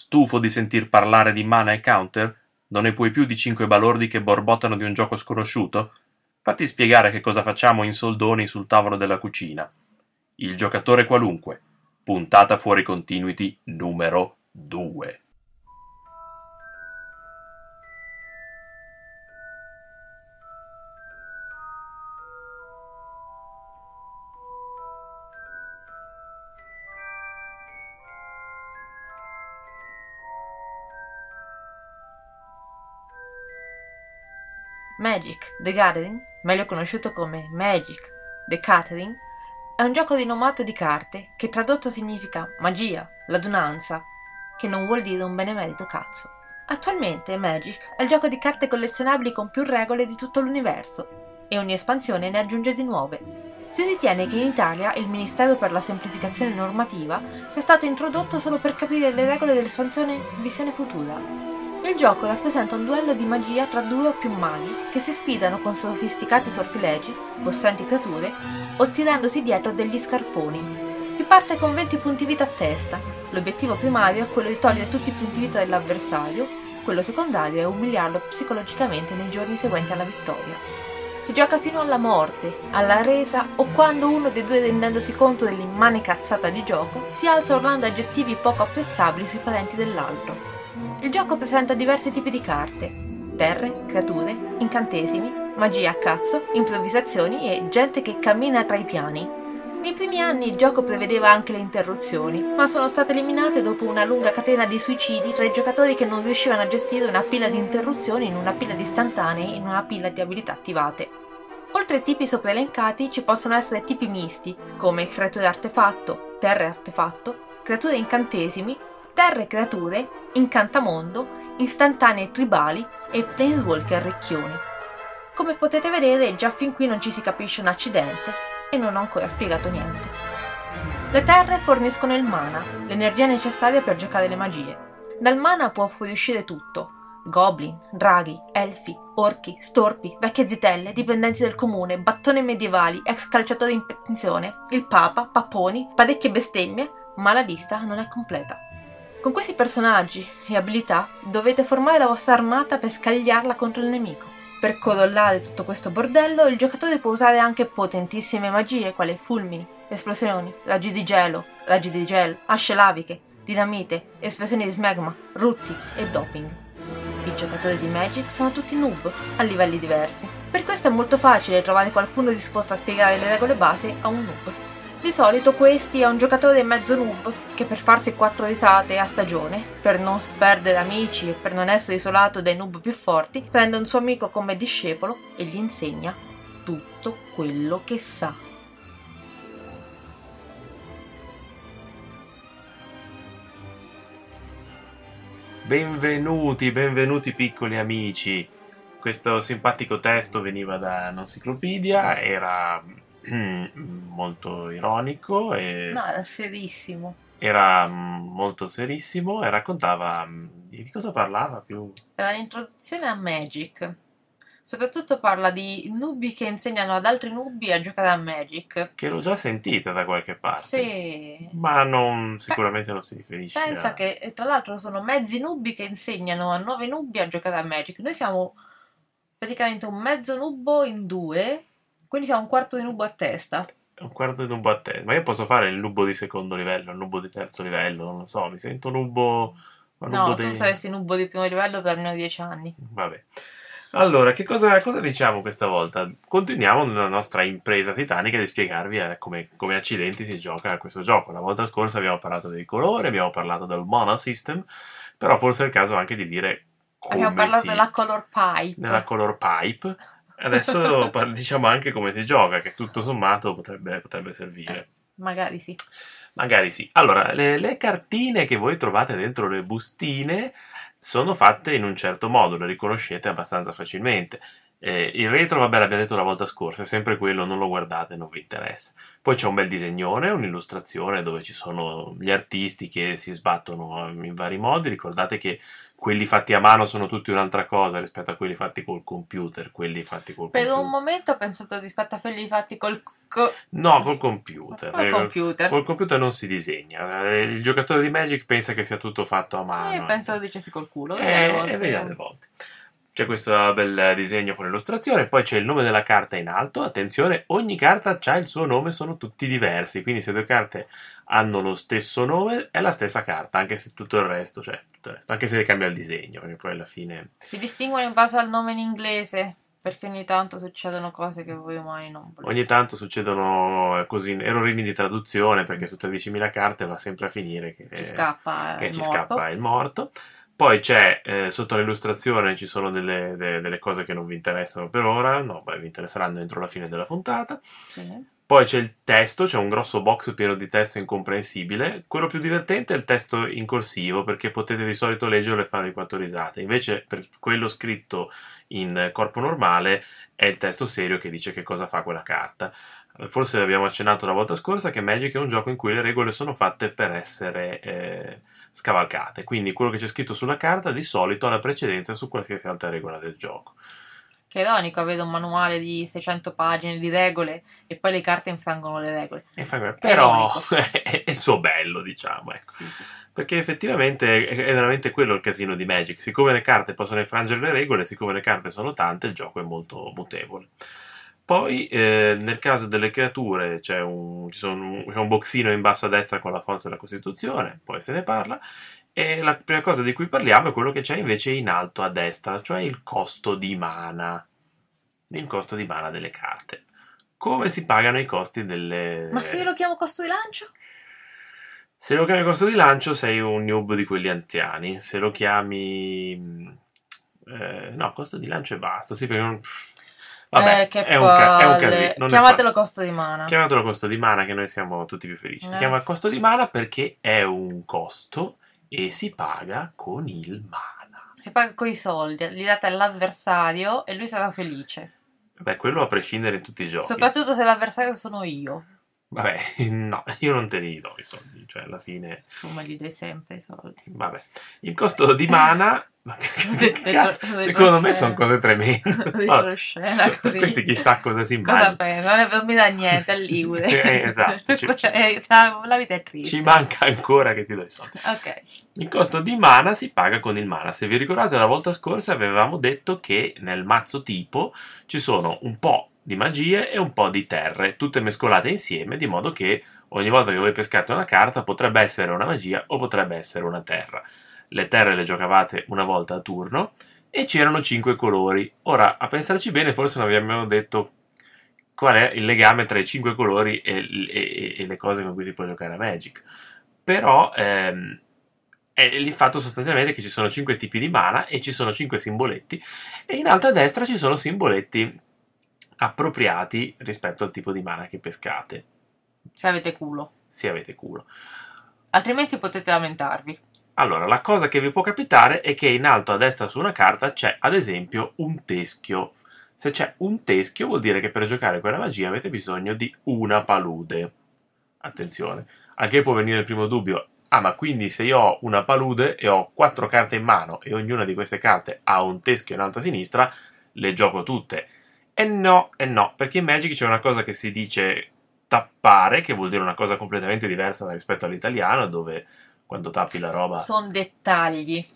Stufo di sentir parlare di mana e counter? Non ne puoi più di 5 balordi che borbottano di un gioco sconosciuto? Fatti spiegare che cosa facciamo in soldoni sul tavolo della cucina. Il giocatore qualunque. Puntata fuori continuity numero 2. Magic: The Gathering, meglio conosciuto come Magic: The Gathering, è un gioco rinomato di carte che tradotto significa magia, l'adunanza, che non vuol dire un benemerito cazzo. Attualmente Magic è il gioco di carte collezionabili con più regole di tutto l'universo e ogni espansione ne aggiunge di nuove. Si ritiene che in Italia il Ministero per la Semplificazione Normativa sia stato introdotto solo per capire le regole dell'espansione Visione Futura. Il gioco rappresenta un duello di magia tra due o più maghi che si sfidano con sofisticati sortilegi, possenti creature o tirandosi dietro degli scarponi. Si parte con 20 punti vita a testa. L'obiettivo primario è quello di togliere tutti i punti vita dell'avversario, quello secondario è umiliarlo psicologicamente nei giorni seguenti alla vittoria. Si gioca fino alla morte, alla resa o quando uno dei due, rendendosi conto dell'immane cazzata di gioco, si alza urlando aggettivi poco apprezzabili sui parenti dell'altro. Il gioco presenta diversi tipi di carte: terre, creature, incantesimi, magia a cazzo, improvvisazioni e gente che cammina tra i piani. Nei primi anni il gioco prevedeva anche le interruzioni, ma sono state eliminate dopo una lunga catena di suicidi tra i giocatori che non riuscivano a gestire una pila di interruzioni in una pila di istantanei in una pila di abilità attivate. Oltre ai tipi sopra elencati ci possono essere tipi misti, come creature artefatto, terre artefatto, creature incantesimi, terre creature, incantamondo, istantanee tribali e planeswalker recchioni. Come potete vedere, già fin qui non ci si capisce un accidente e non ho ancora spiegato niente. Le terre forniscono il mana, l'energia necessaria per giocare le magie. Dal mana può fuoriuscire tutto: goblin, draghi, elfi, orchi, storpi, vecchie zitelle, dipendenti del comune, battoni medievali, ex calciatori in pensione, il papa, papponi, parecchie bestemmie, ma la lista non è completa. Con questi personaggi e abilità dovete formare la vostra armata per scagliarla contro il nemico. Per corollare tutto questo bordello, il giocatore può usare anche potentissime magie quali fulmini, esplosioni, raggi di gelo, raggi di gel, asce laviche, dinamite, esplosioni di smegma, rutti e doping. I giocatori di Magic sono tutti noob, a livelli diversi. Per questo è molto facile trovare qualcuno disposto a spiegare le regole base a un noob. Di solito questi è un giocatore mezzo noob che per farsi 4 risate a stagione, per non perdere amici e per non essere isolato dai noob più forti, prende un suo amico come discepolo e gli insegna tutto quello che sa. Benvenuti piccoli amici. Questo simpatico testo veniva da Enciclopedia, era molto ironico e No, era serissimo. era molto serissimo e raccontava di cosa parlava più. Era l'introduzione a Magic. Soprattutto parla di nubi che insegnano ad altri nubi a giocare a Magic. Che l'ho già sentita da qualche parte. Sì. Ma sicuramente non si riferisce Pensa che tra l'altro sono mezzi nubi che insegnano a 9 nubi a giocare a Magic. Noi siamo praticamente un mezzo nubo in 2, quindi siamo un quarto di nubo a testa. Un quarto di nubo a te. Ma io posso fare il nubo di secondo livello, il nubo di terzo livello, non lo so, mi sento nubo. No, tu saresti nubo di primo livello per almeno 10 anni. Vabbè. Allora, cosa diciamo questa volta? Continuiamo nella nostra impresa titanica di spiegarvi come accidenti si gioca a questo gioco. La volta scorsa abbiamo parlato dei colori, abbiamo parlato del mana system, però forse è il caso anche di dire come abbiamo parlato della color pipe. Della color pipe. Adesso diciamo anche come si gioca, che tutto sommato potrebbe servire. Magari sì. Magari sì. Allora, le cartine che voi trovate dentro le bustine sono fatte in un certo modo, le riconoscete abbastanza facilmente. Il retro, vabbè, l'abbiamo detto la volta scorsa, è sempre quello, non lo guardate, non vi interessa. Poi c'è un bel disegnone, un'illustrazione dove ci sono gli artisti che si sbattono in vari modi. Ricordate che quelli fatti a mano sono tutti un'altra cosa rispetto a quelli fatti col computer. Quelli fatti col Per computer. un momento ho pensato rispetto a quelli fatti No, col computer. Col computer. Col computer non si disegna. Il giocatore di Magic pensa che sia tutto fatto a mano. penso lo dicessi col culo. E vedi alle volte. C'è questo bel disegno con illustrazione, poi c'è il nome della carta in alto. Attenzione, ogni carta ha il suo nome, sono tutti diversi, quindi se due carte hanno lo stesso nome è la stessa carta, anche se tutto il resto, anche se cambia il disegno, perché poi alla fine... Si distinguono in base al nome in inglese, perché ogni tanto succedono cose che voi umani non volete. Ogni tanto succedono così errorini di traduzione, perché su 13.000 carte va sempre a finire che ci scappa il morto. Poi c'è, sotto l'illustrazione ci sono delle cose che non vi interessano per ora, vi interesseranno entro la fine della puntata. Sì. Poi c'è il testo, c'è un grosso box pieno di testo incomprensibile. Quello più divertente è il testo in corsivo, perché potete di solito leggerlo e farvi 4 risate. Invece per quello scritto in corpo normale è il testo serio che dice che cosa fa quella carta. Forse abbiamo accennato la volta scorsa che Magic è un gioco in cui le regole sono fatte per essere... scavalcate, quindi quello che c'è scritto sulla carta di solito ha la precedenza su qualsiasi altra regola del gioco. Che ironico, vedo un manuale di 600 pagine di regole e poi le carte infrangono le regole. Però è il suo bello, diciamo, ecco. Sì. Perché effettivamente è veramente quello il casino di Magic. Siccome le carte possono infrangere le regole, siccome le carte sono tante, il gioco è molto mutevole. Poi, nel caso delle creature, c'è un boxino in basso a destra con la forza della Costituzione, poi se ne parla, e la prima cosa di cui parliamo è quello che c'è invece in alto a destra, cioè il costo di mana. Il costo di mana delle carte. Come si pagano i costi delle... Ma se io lo chiamo costo di lancio? Se lo chiami costo di lancio sei un noob di quelli anziani. Se lo chiami... no, costo di lancio e basta. Sì, perché non... Vabbè, è un casino. Chiamatelo costo di mana. Chiamatelo costo di mana, che noi siamo tutti più felici. Si chiama costo di mana perché è un costo e si paga con il mana. Si paga con i soldi, li date all'avversario e lui sarà felice. Beh, quello a prescindere in tutti i giochi. Soprattutto se l'avversario sono io. Vabbè, no, io non te li do i soldi, cioè alla fine... Tu me li dai sempre i soldi. Vabbè, il costo di mana... secondo me sono cose tremende. Retroscena così. Questi chissà cosa si immagina. Cosa pensa? Non mi dà niente all'Iude. Esatto. La vita è triste. Ci manca ancora che ti do i soldi. Ok. Il costo di mana si paga con il mana. Se vi ricordate la volta scorsa avevamo detto che nel mazzo tipo ci sono un po' di magie e un po' di terre, tutte mescolate insieme, di modo che ogni volta che voi pescate una carta potrebbe essere una magia o potrebbe essere una terra. Le terre le giocavate una volta a turno e c'erano 5 colori. Ora, a pensarci bene, forse non vi abbiamo detto qual è il legame tra i 5 colori e le cose con cui si può giocare a Magic. Però è il fatto sostanzialmente che ci sono 5 tipi di mana e ci sono 5 simboletti e in alto a destra ci sono simboletti appropriati rispetto al tipo di mana che pescate. Se avete culo. Se avete culo. Altrimenti potete lamentarvi. Allora, la cosa che vi può capitare è che in alto a destra su una carta c'è, ad esempio, un teschio. Se c'è un teschio vuol dire che per giocare quella magia avete bisogno di una palude. Attenzione. Anche può venire il primo dubbio. Ah, ma quindi se io ho una palude e ho 4 carte in mano e ognuna di queste carte ha un teschio in alto a sinistra, le gioco tutte. E no, perché in Magic c'è una cosa che si dice tappare, che vuol dire una cosa completamente diversa rispetto all'italiano, dove quando tappi la roba... Sono dettagli.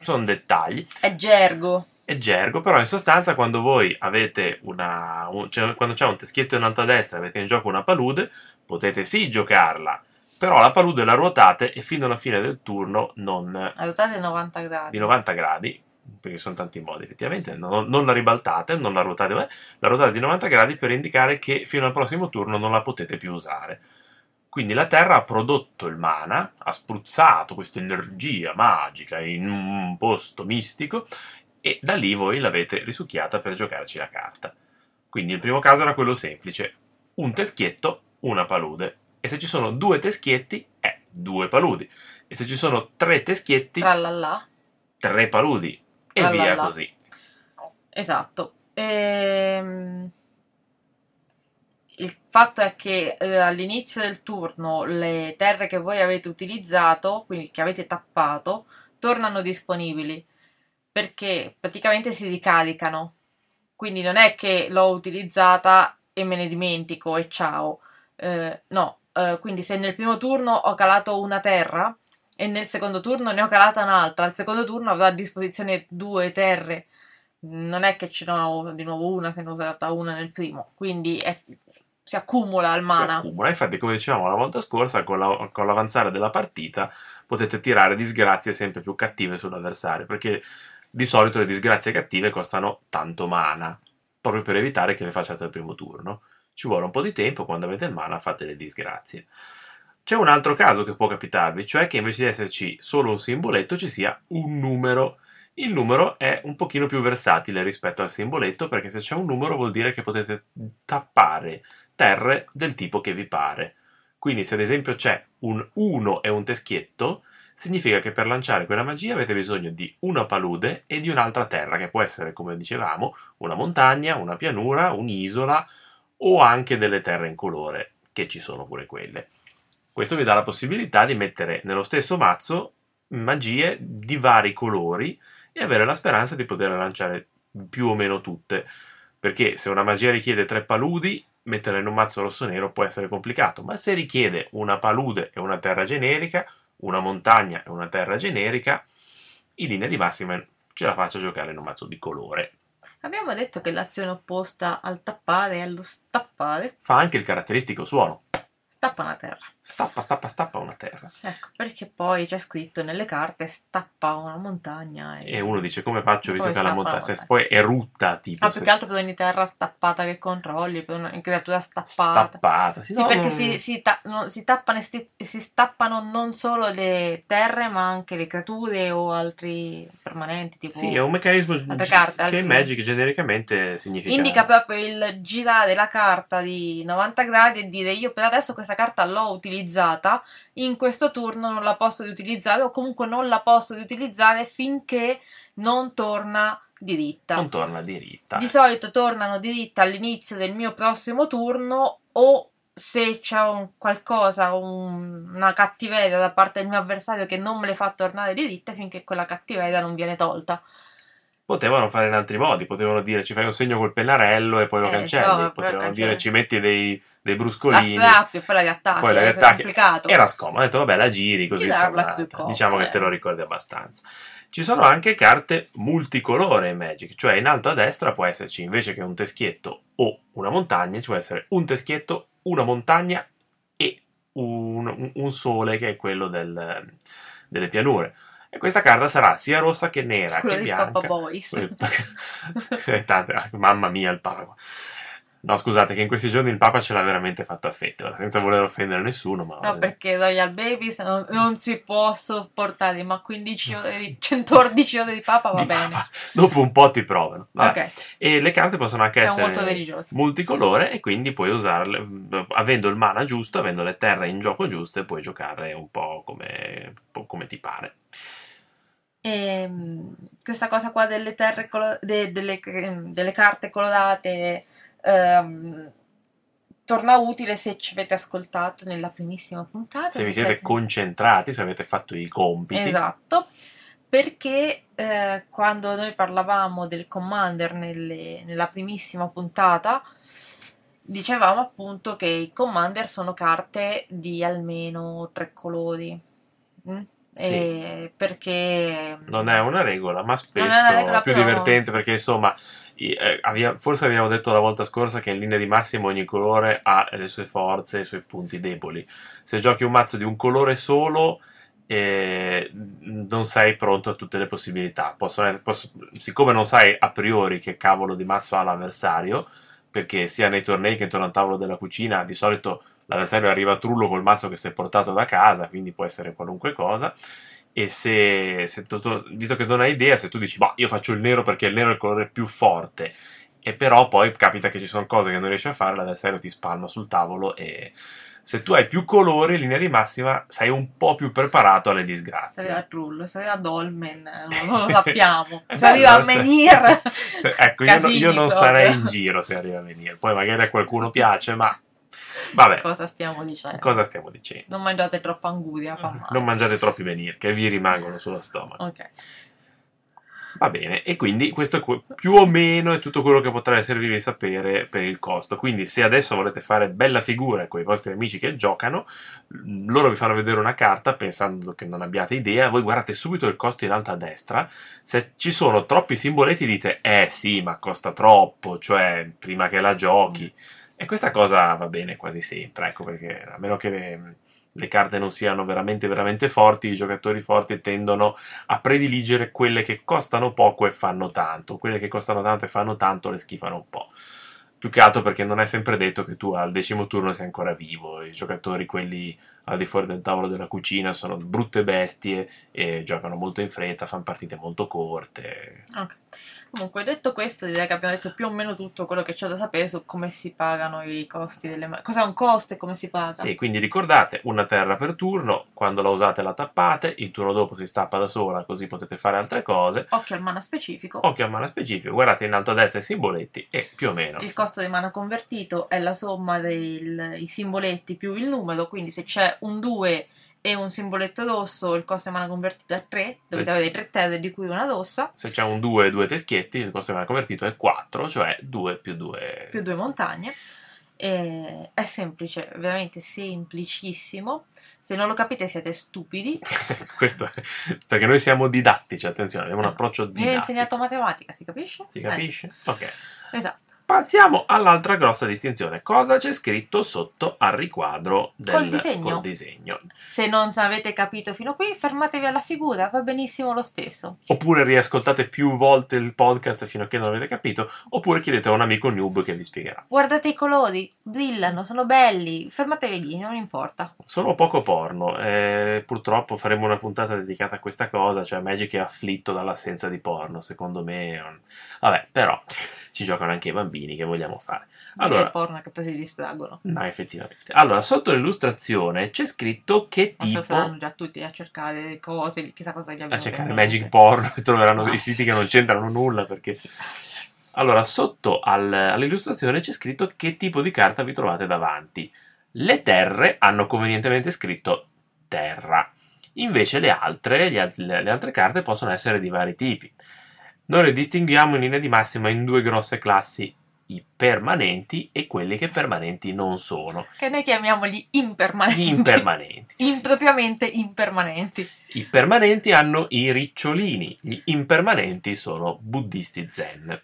È gergo. Però in sostanza quando voi avete quando c'è un teschietto in alto a destra e avete in gioco una palude, potete sì giocarla, però la palude la ruotate e fino alla fine del turno non... La ruotate 90 gradi. Di 90 gradi, perché sono tanti modi effettivamente, non la ribaltate, non la ruotate, la ruotate di 90 gradi per indicare che fino al prossimo turno non la potete più usare. Quindi la Terra ha prodotto il mana, ha spruzzato questa energia magica in un posto mistico e da lì voi l'avete risucchiata per giocarci la carta. Quindi il primo caso era quello semplice, un teschietto, una palude. E se ci sono 2 teschietti, 2 paludi. E se ci sono 3 teschietti, Trallallà. 3 paludi. E via così. Esatto. Il fatto è che all'inizio del turno le terre che voi avete utilizzato, quindi che avete tappato, tornano disponibili perché praticamente si ricaricano. Quindi non è che l'ho utilizzata e me ne dimentico e ciao. No, quindi se nel primo turno ho calato una terra e nel secondo turno ne ho calata un'altra, al secondo turno avrò a disposizione 2 terre. Non è che ce n'ho di nuovo una se ne ho usata una nel primo, quindi si accumula il Si mana. accumula. Infatti, come dicevamo la volta scorsa, con l'avanzare della partita potete tirare disgrazie sempre più cattive sull'avversario, perché di solito le disgrazie cattive costano tanto mana, proprio per evitare che le facciate al primo turno. Ci vuole un po' di tempo, quando avete il mana fate le disgrazie. C'è un altro caso che può capitarvi, cioè che invece di esserci solo un simboletto ci sia un numero. Il numero è un pochino più versatile rispetto al simboletto, perché se c'è un numero vuol dire che potete tappare terre del tipo che vi pare. Quindi se ad esempio c'è un 1 e un teschietto, significa che per lanciare quella magia avete bisogno di una palude e di un'altra terra, che può essere, come dicevamo, una montagna, una pianura, un'isola o anche delle terre in colore, che ci sono pure quelle. Questo vi dà la possibilità di mettere nello stesso mazzo magie di vari colori e avere la speranza di poterle lanciare più o meno tutte. Perché se una magia richiede 3 paludi, metterla in un mazzo rosso-nero può essere complicato, ma se richiede una palude e una terra generica, una montagna e una terra generica, in linea di massima ce la faccio giocare in un mazzo di colore. Abbiamo detto che l'azione opposta al tappare è allo stappare. Fa anche il caratteristico suono. Stappa una terra. Stappa, stappa, stappa una terra. Ecco, perché poi c'è scritto nelle carte stappa una montagna E uno dice come faccio visto come che la stappa montagna... la Se poi erutta tipo... più che altro per ogni terra stappata che controlli, per una creatura stappata. Stappata. Sì, perché si tappano e si stappano non solo le terre, ma anche le creature o altri permanenti, tipo Sì, è un meccanismo altre carte, che in Magic genericamente significa... indica proprio il girare la carta di 90 gradi e dire io per adesso questa carta l'ho utilizzata, in questo turno non la posso riutilizzare o comunque non la posso riutilizzare finché non torna diritta. Non torna diritta. Di solito tornano diritta all'inizio del mio prossimo turno o se c'è una cattiveria da parte del mio avversario che non me le fa tornare diritte finché quella cattiveria non viene tolta. Potevano fare in altri modi, potevano dire ci fai un segno col pennarello e poi lo cancelli, no, potevano dire ci metti dei bruscolini, la strappi e poi la riattacchi, poi la era riattacchi. complicato. Era scomodo, ho detto vabbè la giri così insomma, diciamo che te lo ricordi abbastanza. Ci sono anche carte multicolore in Magic, cioè in alto a destra può esserci invece che un teschietto o una montagna, ci può essere un teschietto, una montagna e un sole che è quello delle pianure. E questa carta sarà sia rossa che nera quello che di bianca. Papa Boys. Mamma mia il Papa. No, scusate, che in questi giorni il Papa ce l'ha veramente fatto a fette, senza voler offendere nessuno. Ma no, perché Royal Babies non si può sopportare, ma 114 ore di Papa va bene. Papa. Dopo un po' ti provano. Okay. E le carte possono anche Siamo molto essere religiosi. multicolore e quindi puoi usarle, avendo il mana giusto, avendo le terre in gioco giuste, puoi giocare un po' come ti pare. Questa cosa qua delle terre delle carte colorate torna utile se ci avete ascoltato nella primissima puntata. Se vi siete concentrati, se avete fatto i compiti. Esatto, perché quando noi parlavamo del Commander nella primissima puntata dicevamo appunto che i Commander sono carte di almeno 3 colori. Sì. Perché non è una regola, ma spesso è più divertente perché insomma forse abbiamo detto la volta scorsa che in linea di massima ogni colore ha le sue forze e i suoi punti deboli. Se giochi un mazzo di un colore solo non sei pronto a tutte le possibilità. Siccome non sai a priori che cavolo di mazzo ha l'avversario, perché sia nei tornei che intorno al tavolo della cucina di solito l'avversario arriva a trullo col mazzo che si è portato da casa, quindi può essere qualunque cosa. E visto che non hai idea, se tu dici io faccio il nero perché il nero è il colore più forte, e però poi capita che ci sono cose che non riesci a fare, l'avversario ti spalma sul tavolo e se tu hai più colori in linea di massima sei un po' più preparato alle disgrazie. Se arriva Trullo, se arriva Dolmen, non lo sappiamo. Se bello, arriva a Menhir, ecco, io non sarei in giro se arriva a Menhir. Poi magari a qualcuno piace, ma vabbè. Cosa stiamo dicendo? Non mangiate troppa anguria, fa male. Non mangiate troppi Menhir, che vi rimangono sullo stomaco. Ok. Va bene, e quindi questo è più o meno è tutto quello che potrebbe servirvi a sapere per il costo. Quindi se adesso volete fare bella figura con i vostri amici che giocano, loro vi fanno vedere una carta pensando che non abbiate idea, voi guardate subito il costo in alto a destra, se ci sono troppi simboletti dite sì, ma costa troppo, cioè prima che la giochi. E questa cosa va bene quasi sempre, ecco, perché a meno che le carte non siano veramente veramente forti, i giocatori forti tendono a prediligere quelle che costano poco e fanno tanto. Quelle che costano tanto e fanno tanto le schifano un po'. Più che altro perché non è sempre detto che tu al 10° turno sei ancora vivo. I giocatori, quelli al di fuori del tavolo della cucina, sono brutte bestie e giocano molto in fretta, fanno partite molto corte. Ok. Comunque, detto questo, direi che abbiamo detto più o meno tutto quello che c'è da sapere su come si pagano i costi cos'è un costo e come si paga. Sì, quindi ricordate, una terra per turno, quando la usate la tappate, il turno dopo si stappa da sola, così potete fare altre cose. Occhio al mana specifico. Guardate in alto a destra i simboletti e più o meno. Il costo di mana convertito è la somma dei simboletti più il numero, quindi se c'è un 2 e un simboletto rosso, il costo di mana convertito è 3, dovete avere 3 terre di cui una rossa. Se c'è un 2 e 2 teschietti, il costo di mana convertito è 4, cioè 2 più 2. Più 2 montagne. È semplice, veramente semplicissimo. Se non lo capite siete stupidi. Questo è perché noi siamo didattici, attenzione, abbiamo un approccio didattico. Mi hai insegnato matematica, si capisce? Si capisce? Ok. Esatto. Passiamo all'altra grossa distinzione. Cosa c'è scritto sotto al riquadro col disegno? Se non avete capito fino a qui, fermatevi alla figura, va benissimo lo stesso. Oppure riascoltate più volte il podcast fino a che non avete capito, oppure chiedete a un amico noob che vi spiegherà. Guardate i colori, brillano, sono belli, fermatevi lì, non importa. Sono poco porno, purtroppo faremo una puntata dedicata a questa cosa, cioè Magic è afflitto dall'assenza di porno, secondo me. Vabbè, però ci giocano anche i bambini, che vogliamo fare? Allora, il porno che poi si distraggono. No, effettivamente. Allora, sotto l'illustrazione c'è scritto che tipo... Non so, saranno già tutti a cercare cose, chissà cosa gli abbiamo a cercare Magic porno e troveranno dei siti che non c'entrano nulla, perché... Allora, sotto all'illustrazione c'è scritto che tipo di carta vi trovate davanti. Le terre hanno convenientemente scritto terra. Invece le altre carte possono essere di vari tipi. Noi le distinguiamo in linea di massima in due grosse classi, i permanenti e quelli che permanenti non sono. Che noi chiamiamo gli impermanenti. Gli impermanenti. Impropriamente impermanenti. I permanenti hanno i ricciolini, gli impermanenti sono buddisti zen.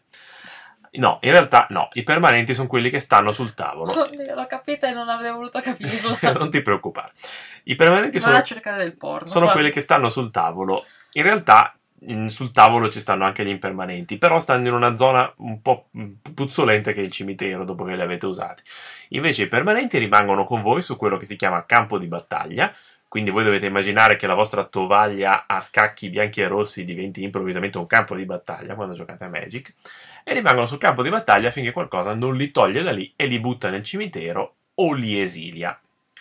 No, in realtà no, i permanenti sono quelli che stanno sul tavolo. Oddio, l'ho capita e non avrei voluto capirlo. Non ti preoccupare. I permanenti a cercare del porno. Sono quelli che stanno sul tavolo. In realtà sul tavolo ci stanno anche gli impermanenti, però stanno in una zona un po' puzzolente che è il cimitero dopo che li avete usati. Invece i permanenti rimangono con voi su quello che si chiama campo di battaglia, quindi voi dovete immaginare che la vostra tovaglia a scacchi bianchi e rossi diventi improvvisamente un campo di battaglia quando giocate a Magic, e rimangono sul campo di battaglia finché qualcosa non li toglie da lì e li butta nel cimitero o li esilia.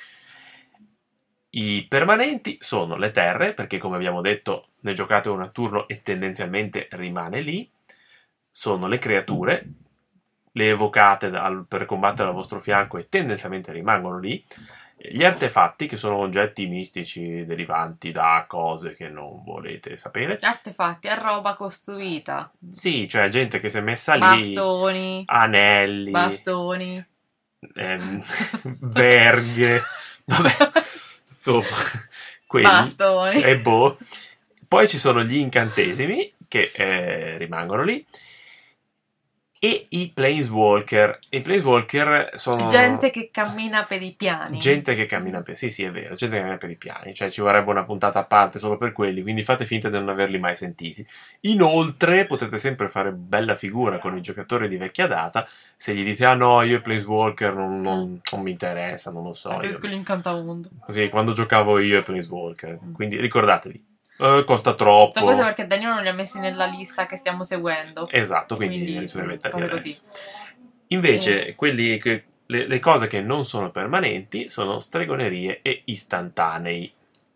I permanenti sono le terre, perché come abbiamo detto ne giocate una a turno e tendenzialmente rimane lì. Sono le creature, le evocate per combattere al vostro fianco e tendenzialmente rimangono lì. Gli artefatti, che sono oggetti mistici derivanti da cose che non volete sapere. Artefatti, è roba costruita. Sì, cioè gente che si è messa lì. Bastoni. Anelli. Bastoni. Verghe. Vabbè, insomma, quelli. Bastoni. E boh. Poi ci sono gli incantesimi che rimangono lì. E i Planeswalker. I Planeswalker sono... gente che cammina per i piani. Gente che cammina per... Sì, è vero. Gente che cammina per i piani. Cioè ci vorrebbe una puntata a parte solo per quelli. Quindi fate finta di non averli mai sentiti. Inoltre potete sempre fare bella figura con i giocatori di vecchia data. Se gli dite, no, io i Planeswalker non mi interessa, non lo so. Capisco l'incantamondo. Sì, quando giocavo io ai Planeswalker. Quindi ricordatevi. Costa troppo. Tutto questo perché Daniel non li ha messi nella lista che stiamo seguendo. Esatto, quindi li mettere cose così. Invece quelli che le cose che non sono permanenti sono stregonerie e istantanei.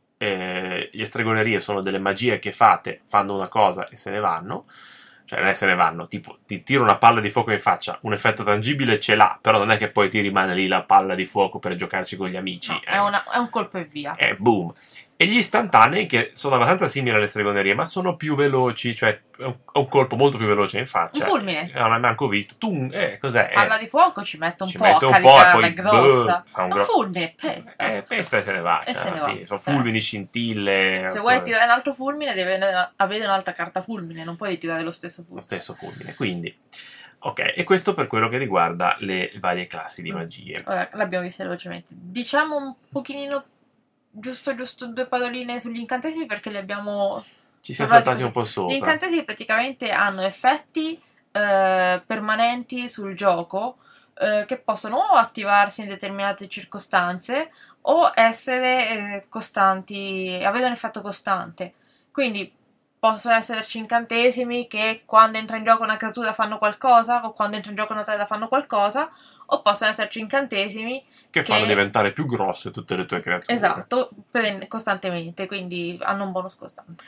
Le stregonerie sono delle magie che fate, fanno una cosa e se ne vanno. Cioè, non è se ne vanno, tipo, ti tiro una palla di fuoco in faccia, un effetto tangibile ce l'ha, però non è che poi ti rimane lì la palla di fuoco per giocarci con gli amici. No, è un colpo e via. Boom. E gli istantanei, che sono abbastanza simili alle stregonerie, ma sono più veloci, cioè è un colpo molto più veloce in faccia. Un fulmine. Non l'hai manco visto. Cos'è? Palla di fuoco ci mette un ci po' mette a un po' e caricarla, poi è grossa. fa un Un fulmine, pesta. pesta e se ne va. E se ne va. Sono fulmini, scintille. Se vuoi tirare un altro fulmine, devi avere un'altra carta fulmine, non puoi tirare lo stesso fulmine. Lo stesso fulmine, quindi... Ok, e questo per quello che riguarda le varie classi di magie. Ora, l'abbiamo vista velocemente. Diciamo un pochino giusto due paroline sugli incantesimi perché li abbiamo... Ci siamo saltati un po' sopra. Gli incantesimi praticamente hanno effetti permanenti sul gioco che possono o attivarsi in determinate circostanze o essere costanti, avere un effetto costante. Quindi possono esserci incantesimi che quando entra in gioco una creatura fanno qualcosa, o quando entra in gioco una terra fanno qualcosa, o possono esserci incantesimi che fanno diventare più grosse tutte le tue creature. Esatto, costantemente, quindi hanno un bonus costante.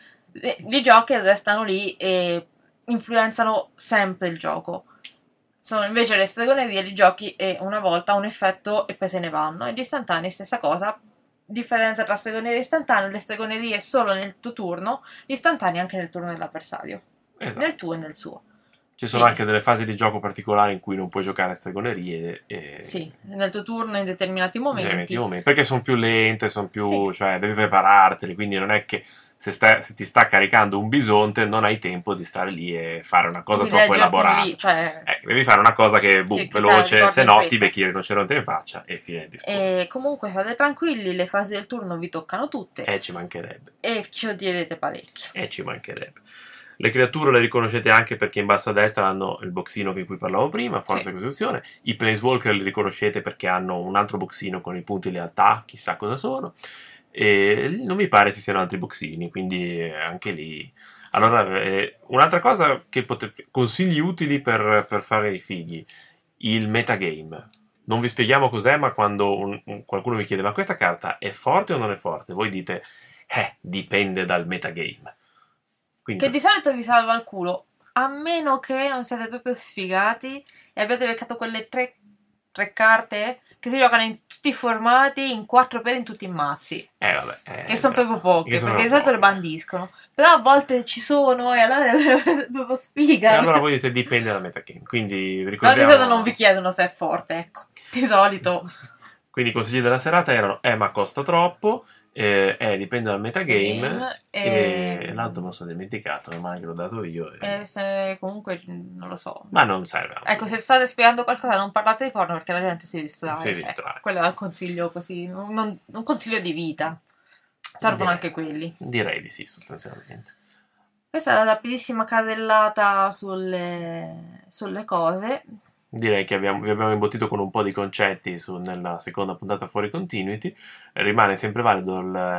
I giochi restano lì e influenzano sempre il gioco. Sono invece le stregonerie di giochi e una volta un effetto e poi se ne vanno. E gli istantanei stessa cosa. Differenza tra stregonerie e istantanee: le stregonerie solo nel tuo turno, gli istantanei anche nel turno dell'avversario. Esatto. Nel tuo e nel suo. Ci sono anche delle fasi di gioco particolari in cui non puoi giocare a stregonerie. Sì, nel tuo turno in determinati momenti. Perché sono più lente, cioè devi prepararteli, quindi non è che se ti sta caricando un bisonte non hai tempo di stare lì e fare una cosa troppo elaborata. Lì, cioè... devi fare una cosa che veloce, se no ti becchi il rinoceronte in faccia e fine il discorso. E comunque state tranquilli, le fasi del turno vi toccano tutte. Ci mancherebbe. E ci odierete parecchio. Ci mancherebbe. Le creature le riconoscete anche perché in basso a destra hanno il boxino di cui parlavo prima, forza e costituzione. I planeswalker li riconoscete perché hanno un altro boxino con i punti lealtà, chissà cosa sono. E non mi pare ci siano altri boxini, quindi anche lì. Allora, un'altra cosa che consigli utili per fare i fighi: il metagame. Non vi spieghiamo cos'è, ma quando qualcuno vi chiede: ma questa carta è forte o non è forte? Voi dite: dipende dal metagame. Quindi, che di solito vi salva il culo, a meno che non siate proprio sfigati e abbiate beccato quelle tre carte che si giocano in tutti i formati, in 4 per in tutti i mazzi. Che sono proprio poche, perché di solito le bandiscono. Però a volte ci sono e allora proprio sfigano. E allora voi dite dipende dal metagame. Quindi ricordiamo... Però di solito non vi chiedono se è forte, ecco. Di solito. Quindi i consigli della serata erano: ma costa troppo. Dipende dal metagame e l'altro me lo sono dimenticato, ormai l'ho dato io se comunque non lo so, ma non serve. Ecco, se state spiegando qualcosa non parlate di porno perché la gente si distrae. Ecco, quello è un consiglio così, un consiglio di vita. Servono anche quelli. Direi di sì, sostanzialmente. Questa è la rapidissima carrellata sulle cose. Direi che vi abbiamo imbottito con un po' di concetti nella seconda puntata Fuori Continuity. Rimane sempre valido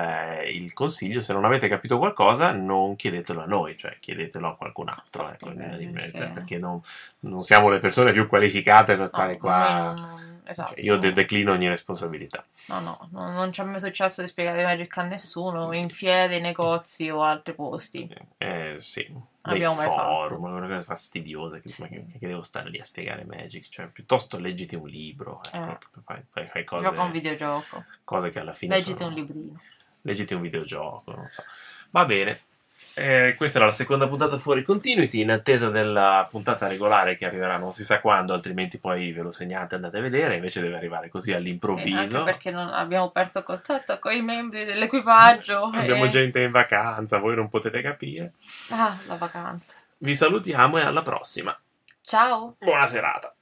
il consiglio: se non avete capito qualcosa non chiedetelo a noi, cioè chiedetelo a qualcun altro, perché non siamo le persone più qualificate per stare qua. Esatto. Io declino ogni responsabilità. Non ci è mai successo di spiegare Magic a nessuno in fiere, negozi o altri posti. Sì, nei forum, una cosa fastidiosa che devo stare lì a spiegare Magic, cioè piuttosto leggiti un libro, fai cose, gioca un videogioco, cose che alla fine leggiti un librino, leggiti un videogioco, non so. Va bene. Questa era la seconda puntata Fuori Continuity, in attesa della puntata regolare che arriverà non si sa quando, altrimenti poi ve lo segnate e andate a vedere. Invece deve arrivare così all'improvviso, anche perché non abbiamo perso contatto con i membri dell'equipaggio, abbiamo gente in vacanza, voi non potete capire. La vacanza. Vi salutiamo e alla prossima. Ciao, Buona serata.